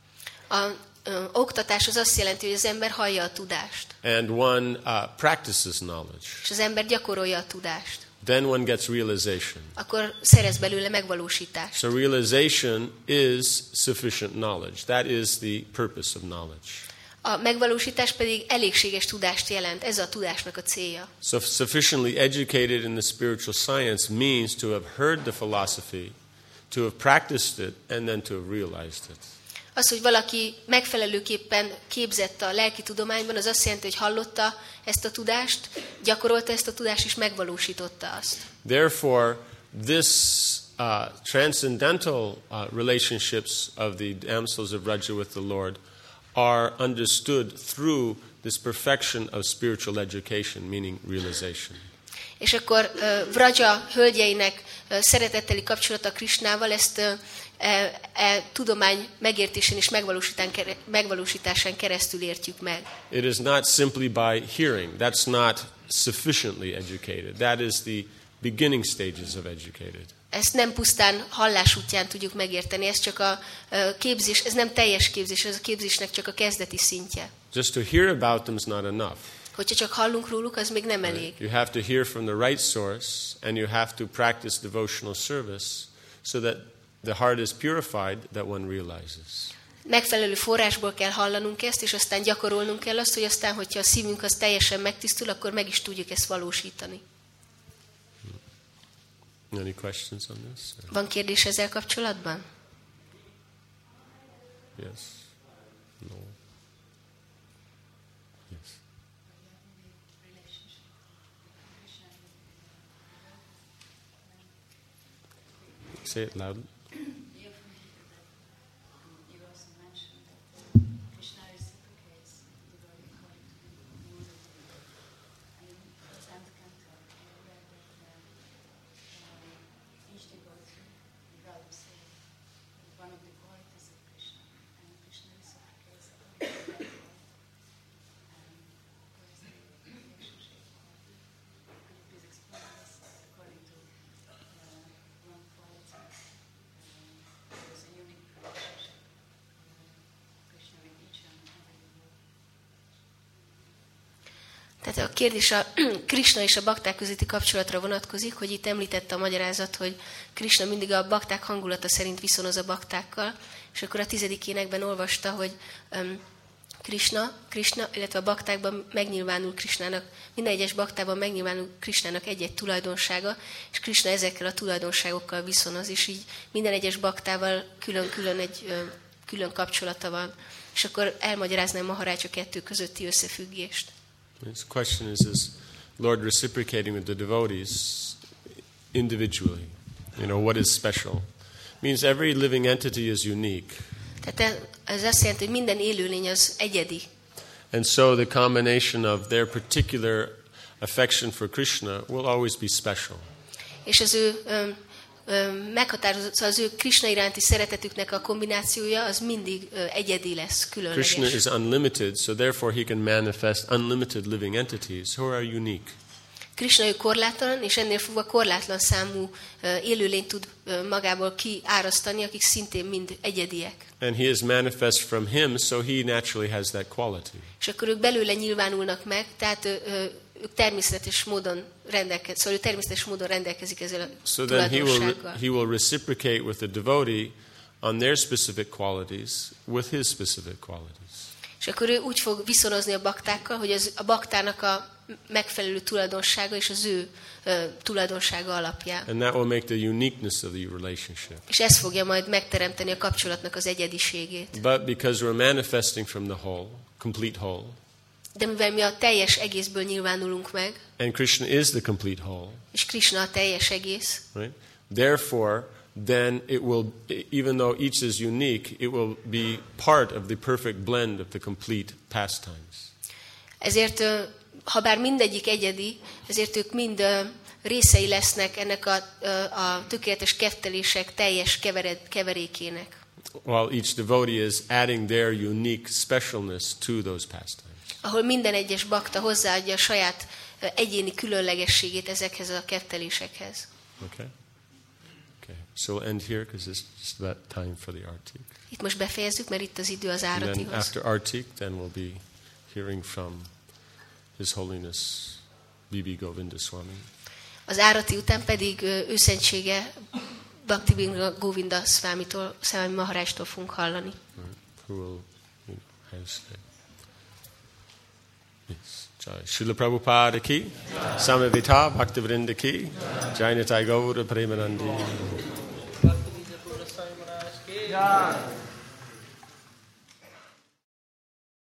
A ö, oktatás az azt jelenti, hogy az ember hallja a tudást. And one uh, practices knowledge. És az ember gyakorolja a tudást. Then one gets realization. Akkor szerez belőle megvalósítást. So realization is sufficient knowledge. That is the purpose of knowledge. A megvalósítás pedig elégséges tudást jelent. Ez a tudásnak a célja. So sufficiently educated in the spiritual science means to have heard the philosophy, to have practiced it, and then to have realized it. Az, hogy valaki megfelelőképpen képzett a lelki tudományban, az azt jelenti, hogy hallotta ezt a tudást, gyakorolta ezt a tudást, és megvalósította azt. Therefore, this uh, transcendental uh, relationships of the damsels of Vraja with the Lord are understood through this perfection of spiritual education, meaning realization. És akkor uh, Vraja hölgyeinek uh, szeretetteli kapcsolata Krishnával ezt uh, e, e, tudomány megértésén és megvalósításán keresztül értjük meg. It is not simply by hearing. That's not sufficiently educated. That is the beginning stages of educated. Ezt nem pusztán hallás útján tudjuk megérteni, ez csak a képzés, ez nem teljes képzés, ez a képzésnek csak a kezdeti szintje. Just to hear about them is not enough. Hogyha csak hallunk róluk, az még nem elég. You have to hear from the right source, and you have to practice devotional service so that the heart is purified, that one realizes. Megfelelő forrásból kell hallanunk ezt, és aztán gyakorolnunk kell azt, hogy aztán, hogyha a szívünk az teljesen megtisztul, akkor meg is tudjuk ezt valósítani. Any questions on this? Van kérdés ezzel kapcsolatban? Yes. No. Yes. Say it loud. Tehát a kérdés a Krishna és a bakták közötti kapcsolatra vonatkozik, hogy itt említette a magyarázat, hogy Krishna mindig a bakták hangulata szerint viszonoz a baktákkal, és akkor a tizedik énekben olvasta, hogy um, Krishna, Krishna, illetve a baktákban megnyilvánul Krishnának, minden egyes baktában megnyilvánul Krishnának egy-egy tulajdonsága, és Krishna ezekkel a tulajdonságokkal viszonoz, és így minden egyes baktával külön-külön egy ö, külön kapcsolata van. És akkor elmagyaráznám Maharaj a kettő közötti összefüggést. The question is, is Lord reciprocating with the devotees individually? You know, what is special? It means every living entity is unique. Tehát ez azt jelenti, hogy minden élőlény az egyedi. And so the combination of their particular affection for Krishna will always be special. És az ő öm, öm, meghatározott, az ő Krishna iránti szeretetüknek a kombinációja az mindig ö, egyedi lesz, különleges. Krishna is unlimited, so therefore he can manifest unlimited living entities who are unique. Krishna ő korlátlan, és ennél fogva korlátlan számú ö, élőlényt tud ö, magából kiárasztani, akik szintén mind egyediek. And he is manifest from him, so he naturally has that quality. És akkor ők belőle nyilvánulnak meg, tehát ö, ö, ők természetes módon rendelkezik, szóval ő természetes módon rendelkezik ezzel a So then he will, tulajdonsággal. he will reciprocate with the devotee on their specific qualities with his specific qualities. És akkor ő úgy fog viszonozni a baktákkal, hogy az, a baktának a megfelelő tulajdonsága és az ő ö, tulajdonsága alapján. And that will make the uniqueness of the relationship. És ez fogja majd megteremteni a kapcsolatnak az egyediségét. But because we're manifesting from the whole, complete whole, De mivel mi a teljes egészből nyilvánulunk meg, and Krishna is the complete whole, és Krishna a teljes egész, right? Therefore, then it will, even though each is unique, it will be part of the perfect blend of the complete pastimes. ezért, ö, ha bár mindegyik egyedi, ezért ők mind ö, részei lesznek ennek a, ö, a tökéletes kettelések teljes kevered, keverékének. While each devotee is adding their unique specialness to those pastimes. Ahol minden egyes bakta hozzáadja a saját ö, egyéni különlegességét ezekhez a kettelésekhez. Okay? Okay. So we'll end here because it's just about time for the Artik. Itt most befejezzük, mert itt az idő az And then áratihoz. after Artik, then we'll be hearing from His Holiness B B Govinda Swami. Az árati után pedig ö, őszentsége Bhakti Govinda Swamitól, Swami Maharajtól fogunk hallani. Right? Who will, you know, has a, yes. Jai Srila Prabhupada ki, Samavita Bhaktivinoda ki, Jai Nitai Gaura Premanandi. Yeah.